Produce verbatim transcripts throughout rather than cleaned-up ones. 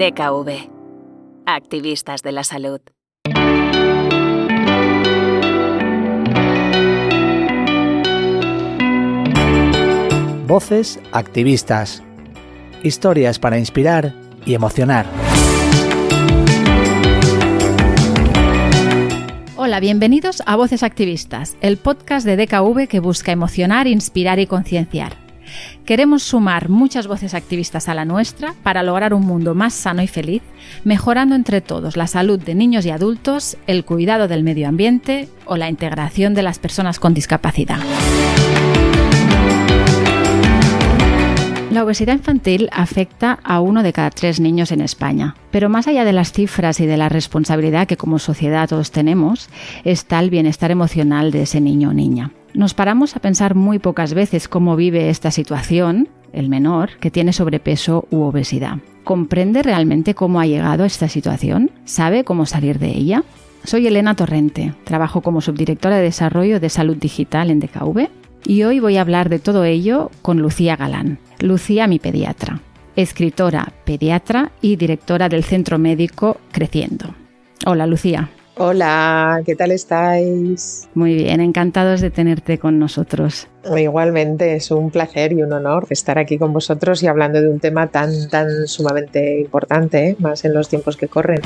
D K V. Activistas de la salud. Voces activistas. Historias para inspirar y emocionar. Hola, bienvenidos a Voces Activistas, el podcast de D K V que busca emocionar, inspirar y concienciar. Queremos sumar muchas voces activistas a la nuestra para lograr un mundo más sano y feliz, mejorando entre todos la salud de niños y adultos, el cuidado del medio ambiente o la integración de las personas con discapacidad. La obesidad infantil afecta a uno de cada tres niños en España, pero más allá de las cifras y de la responsabilidad que como sociedad todos tenemos, está el bienestar emocional de ese niño o niña. Nos paramos a pensar muy pocas veces cómo vive esta situación el menor que tiene sobrepeso u obesidad. ¿Comprende realmente cómo ha llegado a esta situación? ¿Sabe cómo salir de ella? Soy Elena Torrente, trabajo como subdirectora de Desarrollo de Salud Digital en D K V y hoy voy a hablar de todo ello con Lucía Galán. Lucía, mi pediatra, escritora, pediatra y directora del Centro Médico Creciendo. Hola, Lucía. Hola, ¿qué tal estáis? Muy bien, encantados de tenerte con nosotros. Igualmente, es un placer y un honor estar aquí con vosotros y hablando de un tema tan, tan sumamente importante, ¿eh? Más en los tiempos que corren.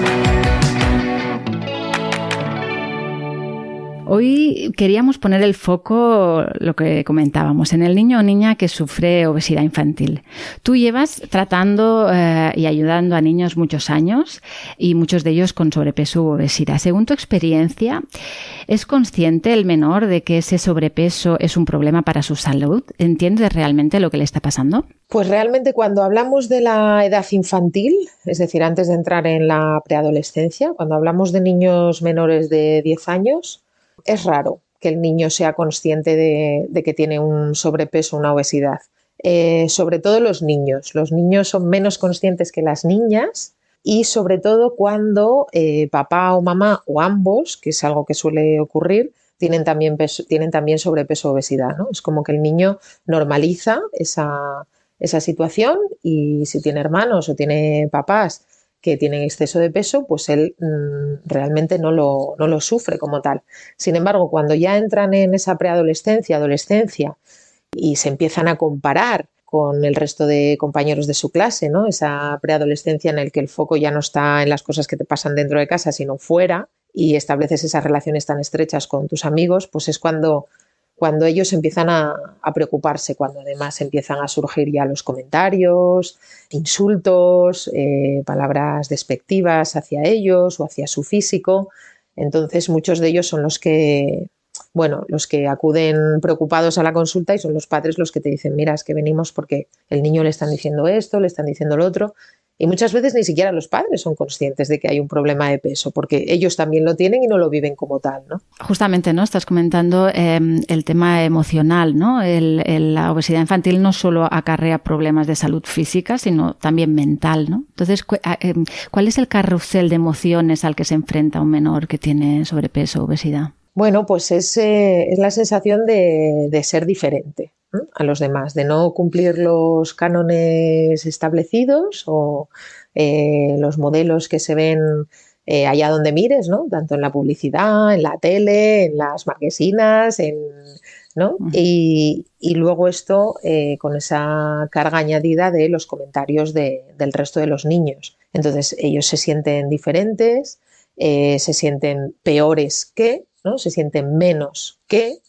Hoy queríamos poner el foco, lo que comentábamos, en el niño o niña que sufre obesidad infantil. Tú llevas tratando eh, y ayudando a niños muchos años y muchos de ellos con sobrepeso u obesidad. Según tu experiencia, ¿es consciente el menor de que ese sobrepeso es un problema para su salud? ¿Entiendes realmente lo que le está pasando? Pues realmente cuando hablamos de la edad infantil, es decir, antes de entrar en la preadolescencia, cuando hablamos de niños menores de diez años, es raro que el niño sea consciente de, de que tiene un sobrepeso o una obesidad. Eh, sobre todo los niños. Los niños son menos conscientes que las niñas y sobre todo cuando eh, papá o mamá o ambos, que es algo que suele ocurrir, tienen también, peso, tienen también sobrepeso o obesidad, ¿no? Es como que el niño normaliza esa, esa situación y si tiene hermanos o tiene papás que tienen exceso de peso, pues él mmm, realmente no lo, no lo sufre como tal. Sin embargo, cuando ya entran en esa preadolescencia, adolescencia y se empiezan a comparar con el resto de compañeros de su clase, ¿no? Esa preadolescencia en la que el foco ya no está en las cosas que te pasan dentro de casa, sino fuera, y estableces esas relaciones tan estrechas con tus amigos, pues es cuando cuando ellos empiezan a, a preocuparse, cuando además empiezan a surgir ya los comentarios, insultos, eh, palabras despectivas hacia ellos o hacia su físico. Entonces muchos de ellos son los que, bueno, los que acuden preocupados a la consulta y son los padres los que te dicen, mira, es que venimos porque el niño le están diciendo esto, le están diciendo lo otro. Y muchas veces ni siquiera los padres son conscientes de que hay un problema de peso, porque ellos también lo tienen y no lo viven como tal, ¿no? Justamente, ¿no? Estás comentando eh, el tema emocional, ¿no? El, el, la obesidad infantil no solo acarrea problemas de salud física, sino también mental, ¿no? Entonces, cu eh, ¿cuál es el carrusel de emociones al que se enfrenta un menor que tiene sobrepeso o obesidad? Bueno, pues es, eh, es la sensación de, de ser diferente, ¿eh? A los demás, de no cumplir los cánones establecidos o eh, los modelos que se ven eh, allá donde mires, ¿no? Tanto en la publicidad, en la tele, en las marquesinas, en, ¿no? Uh-huh. y, y luego esto eh, con esa carga añadida de los comentarios de, del resto de los niños. Entonces ellos se sienten diferentes, eh, se sienten peores que, ¿no? Se sienten menos que,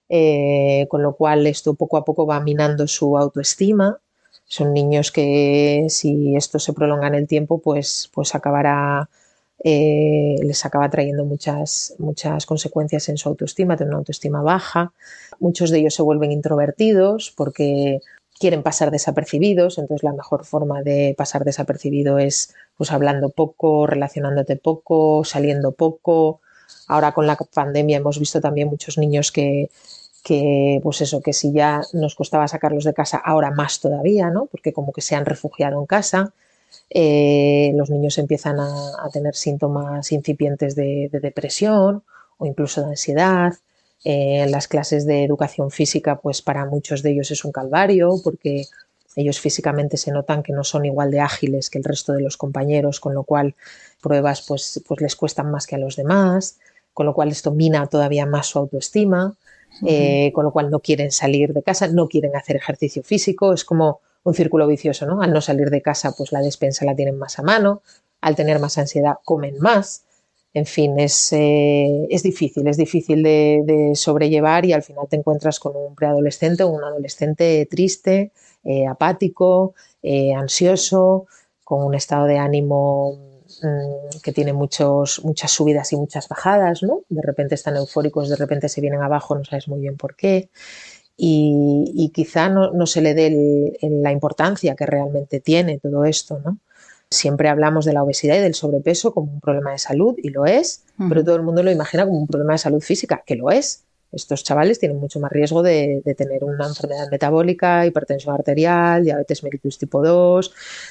eh, con lo cual esto poco a poco va minando su autoestima. Son niños que si esto se prolonga en el tiempo, pues, pues acabará, eh, les acaba trayendo muchas, muchas consecuencias en su autoestima, tienen una autoestima baja. Muchos de ellos se vuelven introvertidos porque quieren pasar desapercibidos, entonces la mejor forma de pasar desapercibido es pues hablando poco, relacionándote poco, saliendo poco. Ahora con la pandemia hemos visto también muchos niños que, que, pues eso, que si ya nos costaba sacarlos de casa, ahora más todavía, ¿no? Porque como que se han refugiado en casa. Eh, los niños empiezan a, a tener síntomas incipientes de, de depresión o incluso de ansiedad. Eh, en las clases de educación física, pues para muchos de ellos es un calvario porque Ellos físicamente se notan que no son igual de ágiles que el resto de los compañeros, con lo cual pruebas pues, pues les cuestan más que a los demás, con lo cual esto mina todavía más su autoestima, uh-huh. eh, con lo cual no quieren salir de casa, no quieren hacer ejercicio físico, es como un círculo vicioso, ¿no? Al no salir de casa, pues la despensa la tienen más a mano, al tener más ansiedad comen más. En fin, es, eh, es difícil, es difícil de, de sobrellevar y al final te encuentras con un preadolescente o un adolescente triste, eh, apático, eh, ansioso, con un estado de ánimo mmm, que tiene muchos, muchas subidas y muchas bajadas, ¿no? De repente están eufóricos, de repente se vienen abajo, no sabes muy bien por qué. Y, y quizá no, no se le dé el, el, la importancia que realmente tiene todo esto, ¿no? Siempre hablamos de la obesidad y del sobrepeso como un problema de salud, y lo es, uh-huh. pero todo el mundo lo imagina como un problema de salud física, que lo es. Estos chavales tienen mucho más riesgo de, de tener una enfermedad metabólica, hipertensión arterial, diabetes mellitus tipo dos,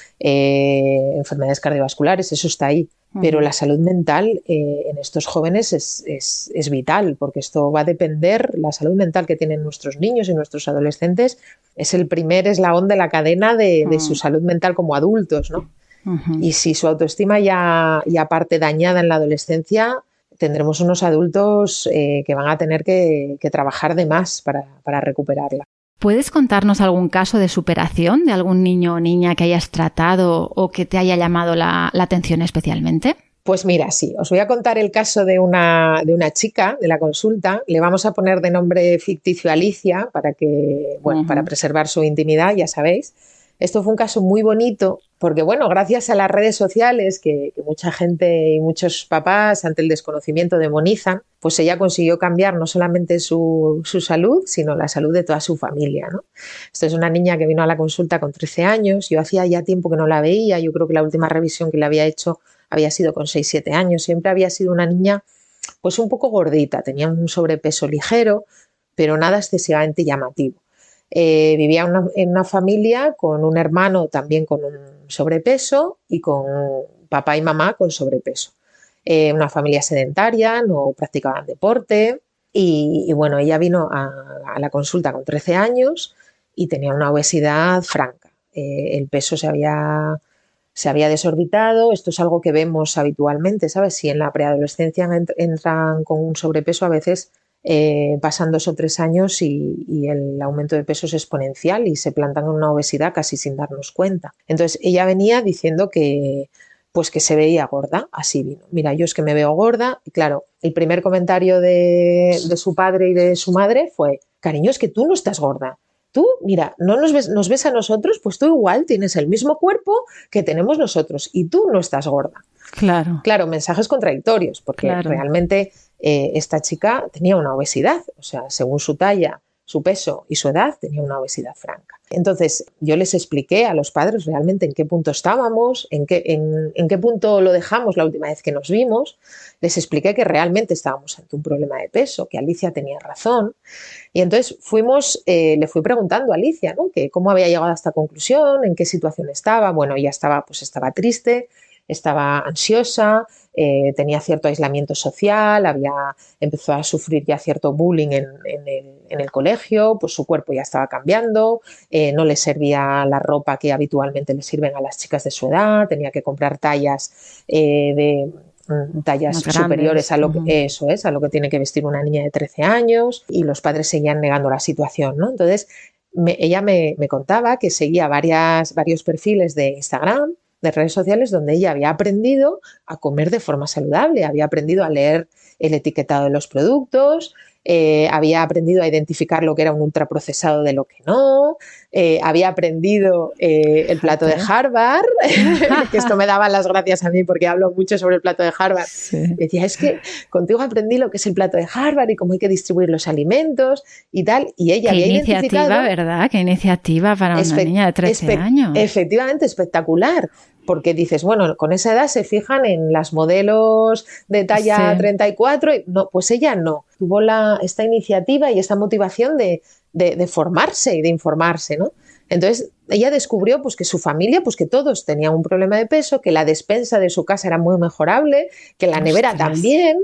eh, enfermedades cardiovasculares, eso está ahí. Uh-huh. Pero la salud mental eh, en estos jóvenes es, es, es vital, porque esto va a depender, la salud mental que tienen nuestros niños y nuestros adolescentes es el primer eslabón de la cadena de, uh-huh. de su salud mental como adultos, ¿no? Uh-huh. Y si su autoestima ya, ya parte dañada en la adolescencia, tendremos unos adultos eh, que van a tener que, que trabajar de más para, para recuperarla. ¿Puedes contarnos algún caso de superación de algún niño o niña que hayas tratado o que te haya llamado la, la atención especialmente? Pues mira, sí, os voy a contar el caso de una, de una chica de la consulta. Le vamos a poner de nombre ficticio Alicia para, que, bueno, uh-huh. para preservar su intimidad, ya sabéis. Esto fue un caso muy bonito porque, bueno, gracias a las redes sociales que, que mucha gente y muchos papás ante el desconocimiento demonizan, pues ella consiguió cambiar no solamente su, su salud, sino la salud de toda su familia, ¿no? Esto es una niña que vino a la consulta con trece años, yo hacía ya tiempo que no la veía, yo creo que la última revisión que le había hecho había sido con seis siete años, siempre había sido una niña pues un poco gordita, tenía un sobrepeso ligero, pero nada excesivamente llamativo. Eh, vivía una, en una familia con un hermano también con un sobrepeso y con papá y mamá con sobrepeso. Eh, una familia sedentaria, no practicaban deporte y, y bueno, ella vino a, a la consulta con trece años y tenía una obesidad franca. Eh, el peso se había, se había desorbitado, esto es algo que vemos habitualmente, ¿sabes? Si en la preadolescencia entran con un sobrepeso, a veces Eh, pasan dos o tres años y, y el aumento de peso es exponencial y se plantan en una obesidad casi sin darnos cuenta. Entonces ella venía diciendo que, pues que se veía gorda, así vino. Mira, yo es que me veo gorda y claro, el primer comentario de, de su padre y de su madre fue: cariño, es que tú no estás gorda. Tú, mira, no nos ves, nos ves a nosotros, pues tú igual tienes el mismo cuerpo que tenemos nosotros y tú no estás gorda. Claro. Claro, mensajes contradictorios, porque claro. realmente eh, esta chica tenía una obesidad, o sea, según su talla, su peso y su edad, tenía una obesidad franca. Entonces, yo les expliqué a los padres realmente en qué punto estábamos, en qué, en, en qué punto lo dejamos la última vez que nos vimos. Les expliqué que realmente estábamos ante un problema de peso, que Alicia tenía razón. Y entonces fuimos, eh, le fui preguntando a Alicia, ¿no?, que cómo había llegado a esta conclusión, en qué situación estaba. Bueno, ella estaba, pues estaba triste, estaba ansiosa, eh, tenía cierto aislamiento social, había empezó a sufrir ya cierto bullying en, en, el, en el colegio, pues su cuerpo ya estaba cambiando, eh, no le servía la ropa que habitualmente le sirven a las chicas de su edad, tenía que comprar tallas eh, de tallas superiores a lo que, uh-huh. eso es, a lo que tiene que vestir una niña de trece años, y los padres seguían negando la situación, ¿no? Entonces me, ella me, me contaba que seguía varias, varios perfiles de Instagram, de redes sociales, donde ella había aprendido a comer de forma saludable, había aprendido a leer el etiquetado de los productos, eh, había aprendido a identificar lo que era un ultraprocesado de lo que no, eh, había aprendido eh, el plato de Harvard, que esto me daba las gracias a mí porque hablo mucho sobre el plato de Harvard. Sí. Decía, es que contigo aprendí lo que es el plato de Harvard y cómo hay que distribuir los alimentos y tal, y ella Qué había iniciativa, identificado... ¿verdad? Qué iniciativa para una espe- niña de trece espe- años. Efectivamente, espectacular. Porque dices, bueno, con esa edad se fijan en las modelos de talla sí. treinta y cuatro, y no, pues ella no. Tuvo la, esta iniciativa y esta motivación de, de, de formarse y de informarse, ¿no? Entonces ella descubrió pues, que su familia, pues que todos tenían un problema de peso, que la despensa de su casa era muy mejorable, que la nevera Ostras. también.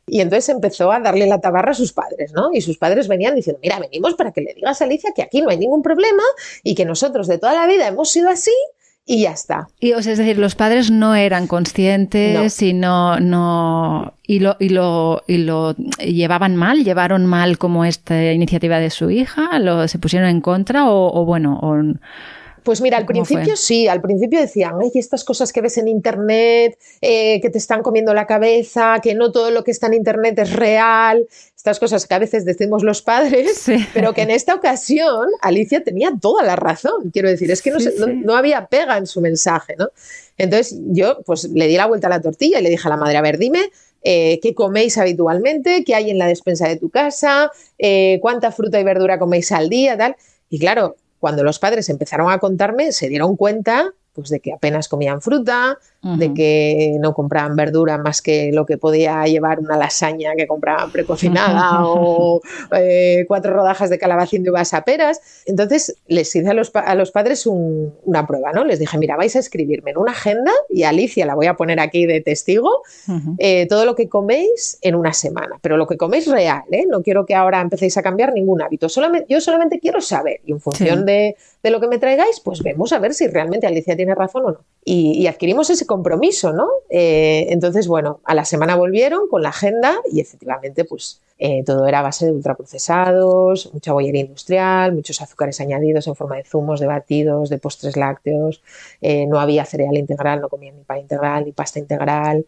Y entonces empezó a darle la tabarra a sus padres, ¿no? Y sus padres venían diciendo, mira, venimos para que le digas a Alicia que aquí no hay ningún problema y que nosotros de toda la vida hemos sido así y ya está. Y, o sea, es decir, los padres no eran conscientes no. y no, no y lo, y lo, y lo llevaban mal, llevaron mal como esta iniciativa de su hija, lo, se pusieron en contra o, o bueno, o... Pues mira, al principio fue? sí, al principio decían, ay, estas cosas que ves en internet, eh, que te están comiendo la cabeza, que no todo lo que está en internet es real, estas cosas que a veces decimos los padres, sí. Pero que en esta ocasión Alicia tenía toda la razón, quiero decir, es que no, sí, se, sí. no, no había pega en su mensaje, ¿no? Entonces yo pues le di la vuelta a la tortilla y le dije a la madre, a ver, dime, Eh, qué coméis habitualmente, qué hay en la despensa de tu casa, eh, cuánta fruta y verdura coméis al día, tal, y claro, cuando los padres empezaron a contarme, se dieron cuenta pues, de que apenas comían fruta, uh-huh. de que no compraban verdura más que lo que podía llevar una lasaña que compraban precocinada o eh, cuatro rodajas de calabacín de uvas a peras. Entonces les hice a los, a los padres un, una prueba, ¿no? Les dije, mira, vais a escribirme en una agenda, y a Alicia la voy a poner aquí de testigo, uh-huh. eh, todo lo que coméis en una semana, pero lo que coméis real, ¿eh? No quiero que ahora empecéis a cambiar ningún hábito, solamente, yo solamente quiero saber, y en función sí. de, de lo que me traigáis, pues vemos a ver si realmente Alicia tiene razón o no. Y, y adquirimos ese compromiso, ¿no? Eh, entonces, bueno, a la semana volvieron con la agenda y efectivamente, pues eh, todo era a base de ultraprocesados, mucha bollería industrial, muchos azúcares añadidos en forma de zumos, de batidos, de postres lácteos, eh, no había cereal integral, no comían ni pan integral, ni pasta integral,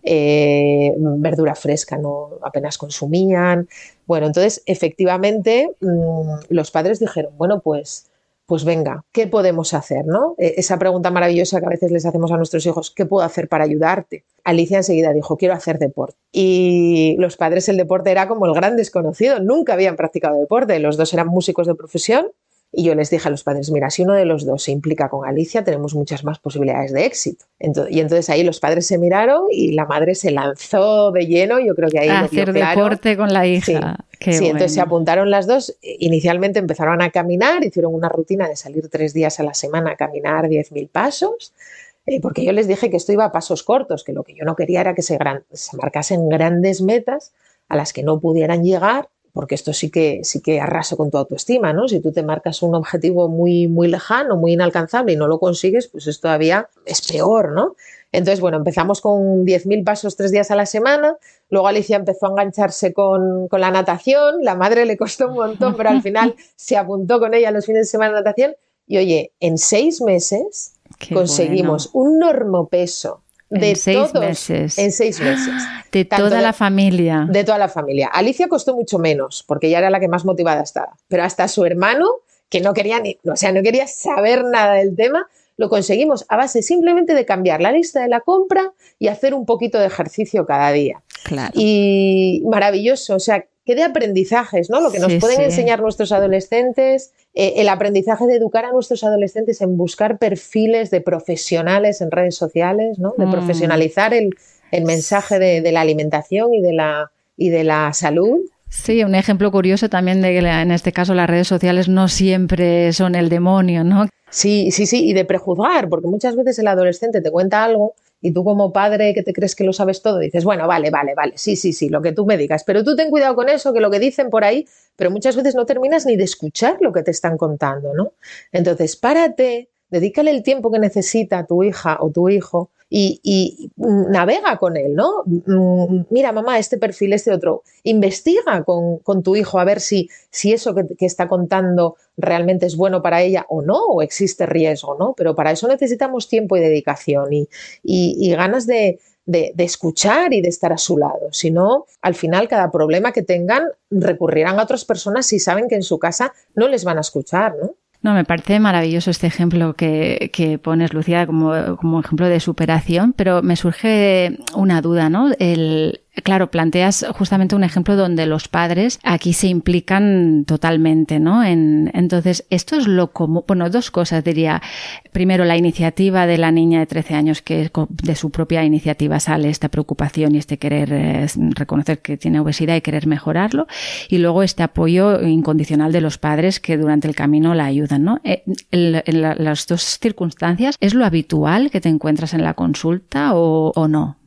eh, verdura fresca no apenas consumían. Bueno, entonces, efectivamente, mmm, los padres dijeron, bueno, pues... pues venga, ¿qué podemos hacer, no? Esa pregunta maravillosa que a veces les hacemos a nuestros hijos, ¿qué puedo hacer para ayudarte? Alicia enseguida dijo, quiero hacer deporte. Y los padres, el deporte era como el gran desconocido, nunca habían practicado deporte, los dos eran músicos de profesión, y yo les dije a los padres, mira, si uno de los dos se implica con Alicia, tenemos muchas más posibilidades de éxito. Entonces, y entonces ahí los padres se miraron y la madre se lanzó de lleno, yo creo que ahí a lo hacer vio claro. Deporte con la hija. Sí. Qué sí, bueno. Entonces se apuntaron las dos, inicialmente empezaron a caminar, hicieron una rutina de salir tres días a la semana a caminar diez mil pasos, eh, porque yo les dije que esto iba a pasos cortos, que lo que yo no quería era que se, gran, se marcasen grandes metas a las que no pudieran llegar, porque esto sí que, sí que arrasa con tu autoestima, ¿no? Si tú te marcas un objetivo muy, muy lejano, muy inalcanzable y no lo consigues, pues es todavía es peor, ¿no? Entonces, bueno, empezamos con diez mil pasos tres días a la semana, luego Alicia empezó a engancharse con, con la natación, la madre le costó un montón, pero al final se apuntó con ella los fines de semana a natación y, oye, en seis meses Qué conseguimos bueno. un normopeso de en seis todos, meses. En seis meses. De toda de, la familia. De toda la familia. Alicia costó mucho menos, porque ella era la que más motivada estaba. Pero hasta su hermano, que no quería ni, o sea, no quería saber nada del tema, lo conseguimos a base simplemente de cambiar la lista de la compra y hacer un poquito de ejercicio cada día. Claro. Y maravilloso, o sea, qué de aprendizajes, ¿no? Lo que nos sí, pueden sí. enseñar nuestros adolescentes, eh, el aprendizaje de educar a nuestros adolescentes en buscar perfiles de profesionales en redes sociales, ¿no? De mm. profesionalizar el, el mensaje de, de la alimentación y de la, y de la salud. Sí, un ejemplo curioso también de que en este caso las redes sociales no siempre son el demonio, ¿no? Sí, sí, sí, y de prejuzgar, porque muchas veces el adolescente te cuenta algo y tú como padre que te crees que lo sabes todo dices, bueno, vale, vale, vale, sí, sí, sí, lo que tú me digas, pero tú ten cuidado con eso, que lo que dicen por ahí, pero muchas veces no terminas ni de escuchar lo que te están contando, ¿no? Entonces, párate, dedícale el tiempo que necesita tu hija o tu hijo y, y navega con él, ¿no? Mira, mamá, este perfil, este otro. Investiga con, con tu hijo a ver si, si eso que, que está contando realmente es bueno para ella o no, o existe riesgo, ¿no? Pero para eso necesitamos tiempo y dedicación y, y, y ganas de, de, de escuchar y de estar a su lado. Si no, al final, cada problema que tengan recurrirán a otras personas si saben que en su casa no les van a escuchar, ¿no? No, me parece maravilloso este ejemplo que, que pones, Lucía, como, como ejemplo de superación, pero me surge una duda, ¿no? El, claro, planteas justamente un ejemplo donde los padres aquí se implican totalmente, ¿no? En, entonces, esto es lo común. Bueno, dos cosas diría. Primero, la iniciativa de la niña de trece años, que de su propia iniciativa sale esta preocupación y este querer eh, reconocer que tiene obesidad y querer mejorarlo. Y luego este apoyo incondicional de los padres que durante el camino la ayudan, ¿no? En, en, en la, las dos circunstancias, ¿es lo habitual que te encuentras en la consulta o, o no?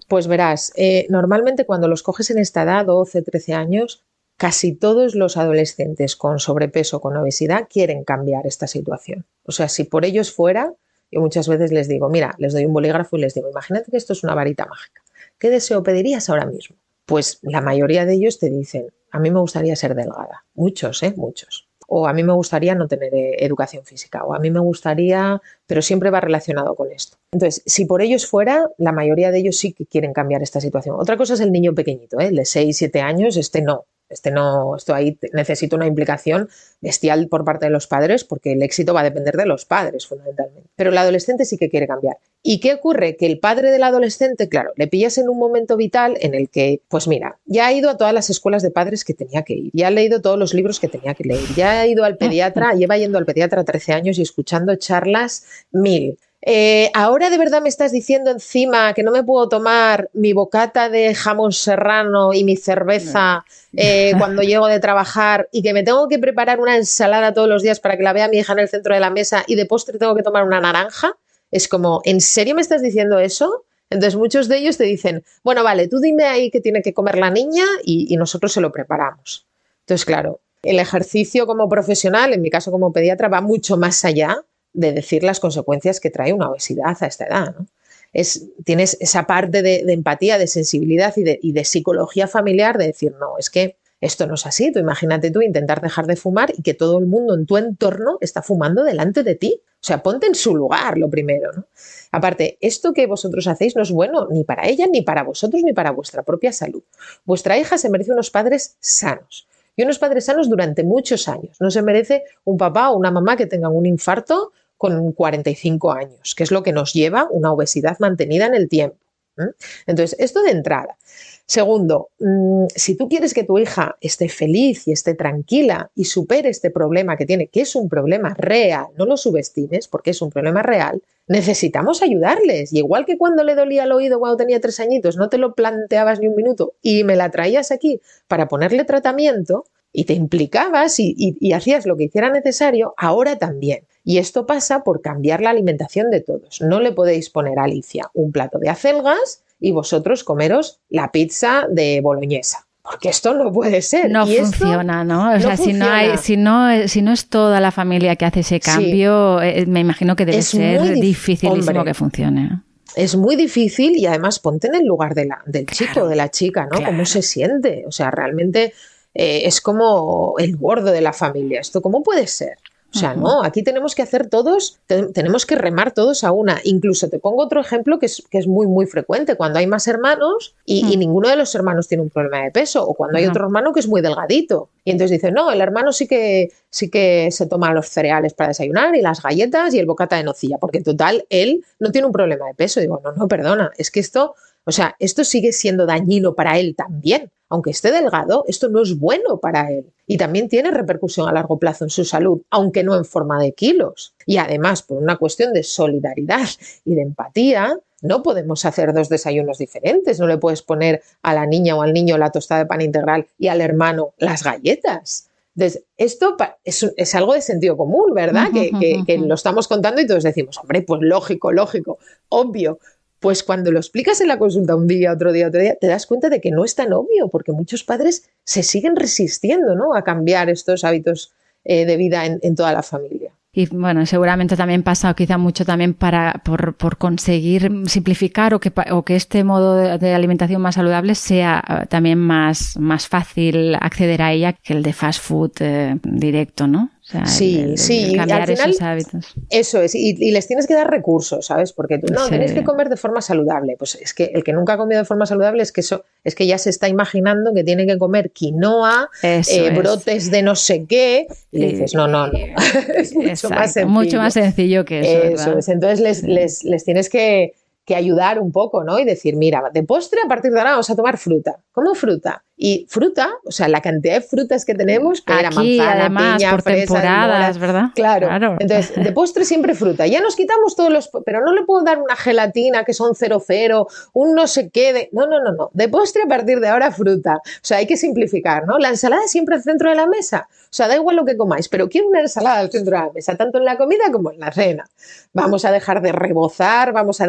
Pues verás, eh, normalmente cuando los coges en esta edad, doce, trece años, casi todos los adolescentes con sobrepeso, con obesidad, quieren cambiar esta situación. O sea, si por ellos fuera, yo muchas veces les digo, mira, les doy un bolígrafo y les digo, imagínate que esto es una varita mágica. ¿Qué deseo pedirías ahora mismo? Pues la mayoría de ellos te dicen, a mí me gustaría ser delgada. Muchos, ¿eh? Muchos. O a mí me gustaría no tener eh, educación física. O a mí me gustaría, pero siempre va relacionado con esto. Entonces, si por ellos fuera, la mayoría de ellos sí que quieren cambiar esta situación. Otra cosa es el niño pequeñito, ¿eh? El de seis, siete años, este no. Este no, esto ahí necesita una implicación bestial por parte de los padres porque el éxito va a depender de los padres fundamentalmente. Pero el adolescente sí que quiere cambiar. ¿Y qué ocurre? Que el padre del adolescente, claro, le pillas en un momento vital en el que, pues mira, ya ha ido a todas las escuelas de padres que tenía que ir, ya ha leído todos los libros que tenía que leer, ya ha ido al pediatra, lleva yendo al pediatra trece años y escuchando charlas mil. Eh, ahora de verdad me estás diciendo encima que no me puedo tomar mi bocata de jamón serrano y mi cerveza eh, cuando llego de trabajar y que me tengo que preparar una ensalada todos los días para que la vea mi hija en el centro de la mesa y de postre tengo que tomar una naranja. Es como, ¿en serio me estás diciendo eso? Entonces muchos de ellos te dicen, bueno, vale, tú dime ahí qué tiene que comer la niña y, y nosotros se lo preparamos. Entonces, claro, el ejercicio como profesional, en mi caso como pediatra, va mucho más allá de decir las consecuencias que trae una obesidad a esta edad, ¿no? Es, tienes esa parte de, de empatía, de sensibilidad y de, y de psicología familiar de decir, no, es que esto no es así. Tú imagínate tú intentar dejar de fumar y que todo el mundo en tu entorno está fumando delante de ti. O sea, ponte en su lugar lo primero, ¿no? Aparte, esto que vosotros hacéis no es bueno ni para ella, ni para vosotros, ni para vuestra propia salud. Vuestra hija se merece unos padres sanos. Y unos padres sanos durante muchos años. No se merece un papá o una mamá que tengan un infarto con cuarenta y cinco años, que es lo que nos lleva una obesidad mantenida en el tiempo. ¿eh? Entonces, esto de entrada. Segundo, mmm, si tú quieres que tu hija esté feliz y esté tranquila y supere este problema que tiene, que es un problema real, no lo subestimes porque es un problema real, necesitamos ayudarles. Y igual que cuando le dolía el oído cuando tenía tres añitos, no te lo planteabas ni un minuto y me la traías aquí para ponerle tratamiento y te implicabas y, y, y hacías lo que hiciera necesario, ahora también. Y esto pasa por cambiar la alimentación de todos. No le podéis poner a Alicia un plato de acelgas y vosotros comeros la pizza de boloñesa. Porque esto no puede ser. No y funciona, esto ¿no? O sea, no si no, hay, si, no, si no es toda la familia que hace ese cambio, sí. eh, me imagino que debe es ser dif- dificilísimo hombre, que funcione. Es muy difícil y además ponte en el lugar de la, del chico, claro, de la chica, ¿no? Claro. ¿Cómo se siente? O sea, realmente eh, es como el gordo de la familia. ¿Esto cómo puede ser? O sea, no, aquí tenemos que hacer todos, te, tenemos que remar todos a una. Incluso te pongo otro ejemplo que es, que es muy, muy frecuente. Cuando hay más hermanos y, mm. y ninguno de los hermanos tiene un problema de peso, o cuando hay uh-huh. otro hermano que es muy delgadito. Y entonces dicen, no, el hermano sí que, sí que se toma los cereales para desayunar y las galletas y el bocata de nocilla, porque en total él no tiene un problema de peso. Digo, no, no, perdona, es que esto, o sea, esto sigue siendo dañino para él también. Aunque esté delgado, esto no es bueno para él. Y también tiene repercusión a largo plazo en su salud, aunque no en forma de kilos. Y además, por una cuestión de solidaridad y de empatía, no podemos hacer dos desayunos diferentes. No le puedes poner a la niña o al niño la tostada de pan integral y al hermano las galletas. Entonces, esto es, es algo de sentido común, ¿verdad? Uh-huh, que, que, uh-huh. que lo estamos contando y todos decimos, hombre, pues lógico, lógico, obvio. Pues cuando lo explicas en la consulta un día, otro día, otro día, te das cuenta de que no es tan obvio, porque muchos padres se siguen resistiendo, ¿no?, a cambiar estos hábitos eh, de vida en, en toda la familia. Y bueno, seguramente también pasa quizá mucho también para por, por conseguir simplificar o que, o que este modo de, de alimentación más saludable sea también más, más fácil acceder a ella que el de fast food eh, directo, ¿no? O sea, sí, el, el, sí, el cambiar al final, esos hábitos. Eso es, y, y les tienes que dar recursos, ¿sabes? Porque tú, no, sí. tenéis que comer de forma saludable. Pues es que el que nunca ha comido de forma saludable es que eso, es que ya se está imaginando que tiene que comer quinoa, eh, es. brotes de no sé qué, y le dices, no, no, no. Es mucho Exacto, más sencillo. Mucho más sencillo que eso. Eso ¿verdad? es, entonces les, sí. les, les tienes que, que ayudar un poco, ¿no? Y decir, mira, de postre a partir de ahora vamos a tomar fruta. ¿Cómo fruta? Y fruta, o sea, la cantidad de frutas que tenemos, que era manzana, además, piña, por fresa, temporadas, mora, ¿verdad? Claro. claro. Entonces, de postre siempre fruta. Ya nos quitamos todos los... Pero no le puedo dar una gelatina que son cero cero, un no sé qué de... No, no, no, no. De postre a partir de ahora fruta. O sea, hay que simplificar, ¿no? La ensalada siempre al centro de la mesa. O sea, da igual lo que comáis, pero quiero una ensalada al centro de la mesa, tanto en la comida como en la cena. Vamos a dejar de rebozar, vamos a dejar de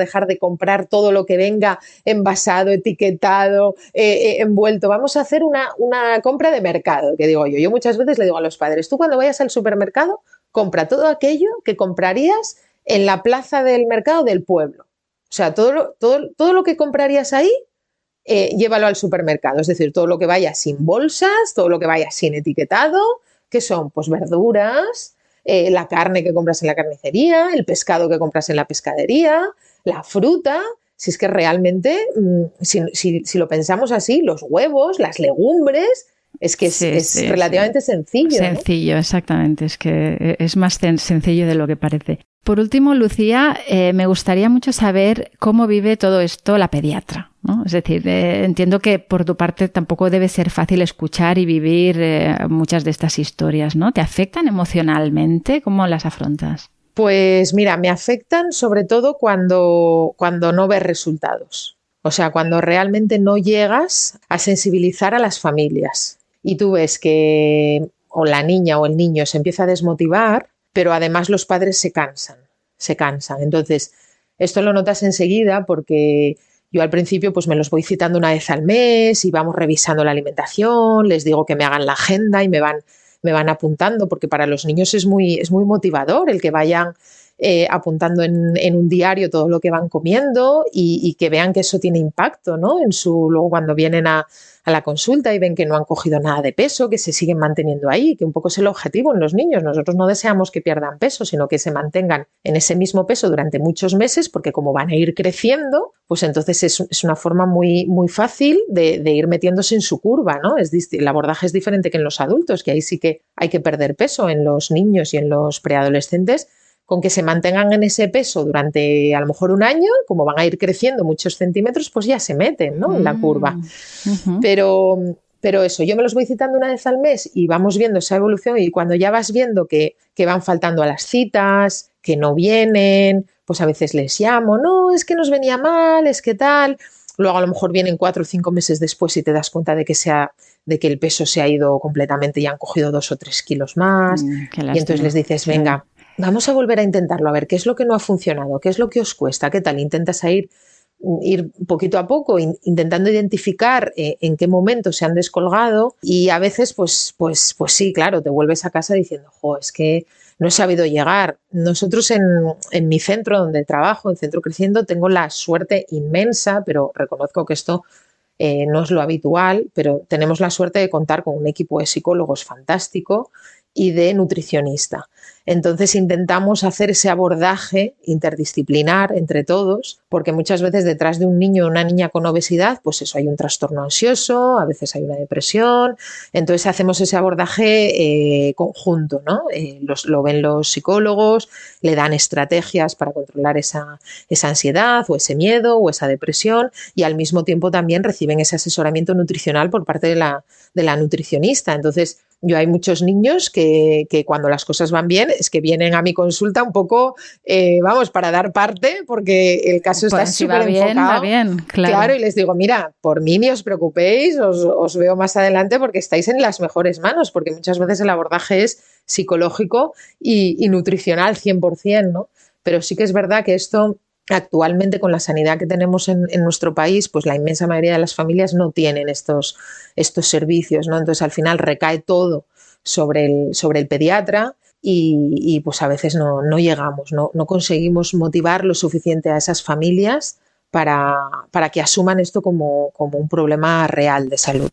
comprar todo lo que venga envasado, etiquetado, eh, eh, envuelto. Vamos a hacer una, una compra de mercado, que digo yo. Yo muchas veces le digo a los padres, tú cuando vayas al supermercado, compra todo aquello que comprarías en la plaza del mercado del pueblo. O sea, todo lo, todo, todo lo que comprarías ahí, eh, llévalo al supermercado. Es decir, todo lo que vaya sin bolsas, todo lo que vaya sin etiquetado, que son pues verduras, eh, la carne que compras en la carnicería, el pescado que compras en la pescadería, la fruta. Si es que realmente, si, si, si lo pensamos así, los huevos, las legumbres, es que es, sí, es sí, relativamente sí. sencillo. Sencillo, ¿no? Exactamente. Es que es más sencillo de lo que parece. Por último, Lucía, eh, me gustaría mucho saber cómo vive todo esto la pediatra, ¿no? Es decir, eh, entiendo que por tu parte tampoco debe ser fácil escuchar y vivir eh, muchas de estas historias, ¿no? ¿Te afectan emocionalmente? ¿Cómo las afrontas? Pues mira, me afectan sobre todo cuando, cuando no ves resultados. O sea, cuando realmente no llegas a sensibilizar a las familias y tú ves que o la niña o el niño se empieza a desmotivar, pero además los padres se cansan, se cansan. Entonces, esto lo notas enseguida porque yo al principio pues me los voy citando una vez al mes y vamos revisando la alimentación, les digo que me hagan la agenda y me van, me van apuntando, porque para los niños es muy, es muy motivador el que vayan eh, apuntando en, en un diario todo lo que van comiendo y, y que vean que eso tiene impacto, ¿no? En su, luego cuando vienen a, a la consulta y ven que no han cogido nada de peso, que se siguen manteniendo ahí, que un poco es el objetivo en los niños. Nosotros no deseamos que pierdan peso, sino que se mantengan en ese mismo peso durante muchos meses, porque como van a ir creciendo, pues entonces es, es una forma muy, muy fácil de, de ir metiéndose en su curva, ¿no? Es, el abordaje es diferente que en los adultos, que ahí sí que hay que perder peso. En los niños y en los preadolescentes, con que se mantengan en ese peso durante a lo mejor un año, como van a ir creciendo muchos centímetros, pues ya se meten, ¿no? En la curva. Uh-huh. Pero, pero eso, yo me los voy citando una vez al mes y vamos viendo esa evolución, y cuando ya vas viendo que, que van faltando a las citas, que no vienen, pues a veces les llamo, no, es que nos venía mal, es que tal. Luego a lo mejor vienen cuatro o cinco meses después y te das cuenta de que, sea, de que el peso se ha ido completamente y han cogido dos o tres kilos más. Mm, y entonces les dices, venga, vamos a volver a intentarlo, a ver qué es lo que no ha funcionado, qué es lo que os cuesta, qué tal. Intentas a ir, ir poquito a poco, in, intentando identificar eh, en qué momento se han descolgado, y a veces pues, pues, pues sí, claro, te vuelves a casa diciendo, jo, es que no he sabido llegar. Nosotros en, en mi centro donde trabajo, en Centro Creciendo, tengo la suerte inmensa, pero reconozco que esto eh, no es lo habitual, pero tenemos la suerte de contar con un equipo de psicólogos fantástico y de nutricionista. Entonces intentamos hacer ese abordaje interdisciplinar entre todos, porque muchas veces detrás de un niño o una niña con obesidad, pues eso, hay un trastorno ansioso, a veces hay una depresión. Entonces hacemos ese abordaje eh, conjunto, ¿no? Eh, los, lo ven los psicólogos, le dan estrategias para controlar esa, esa ansiedad o ese miedo o esa depresión, y al mismo tiempo también reciben ese asesoramiento nutricional por parte de la, de la nutricionista. Entonces, yo hay muchos niños que, que cuando las cosas van bien es que vienen a mi consulta un poco, eh, vamos, para dar parte, porque el caso está pues súper si enfocado. Va bien, claro. Claro, y les digo, mira, por mí ni os preocupéis, os, os veo más adelante porque estáis en las mejores manos, porque muchas veces el abordaje es psicológico y, y nutricional cien por ciento, ¿no? Pero sí que es verdad que esto actualmente, con la sanidad que tenemos en, en nuestro país, pues la inmensa mayoría de las familias no tienen estos, estos servicios, ¿no? Entonces al final recae todo sobre el, sobre el pediatra y, y pues a veces no, no llegamos, no, no conseguimos motivar lo suficiente a esas familias para, para que asuman esto como, como un problema real de salud.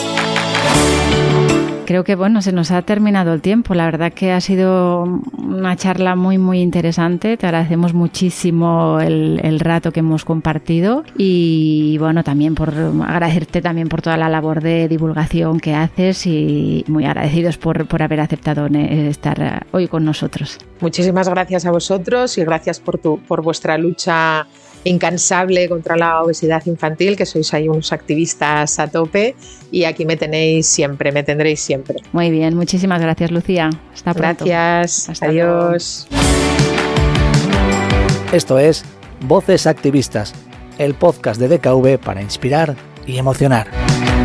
Creo que bueno, se nos ha terminado el tiempo. La verdad que ha sido una charla muy muy interesante. Te agradecemos muchísimo el, el rato que hemos compartido, y bueno, también por agradecerte también por toda la labor de divulgación que haces, y muy agradecidos por, por haber aceptado estar hoy con nosotros. Muchísimas gracias a vosotros y gracias por, tu, por vuestra lucha incansable contra la obesidad infantil, que sois ahí unos activistas a tope, y aquí me tenéis siempre, me tendréis siempre. Muy bien, muchísimas gracias, Lucía. Hasta pronto. Gracias, Hasta adiós. Luego. Esto es Voces Activistas, el podcast de D K V para inspirar y emocionar.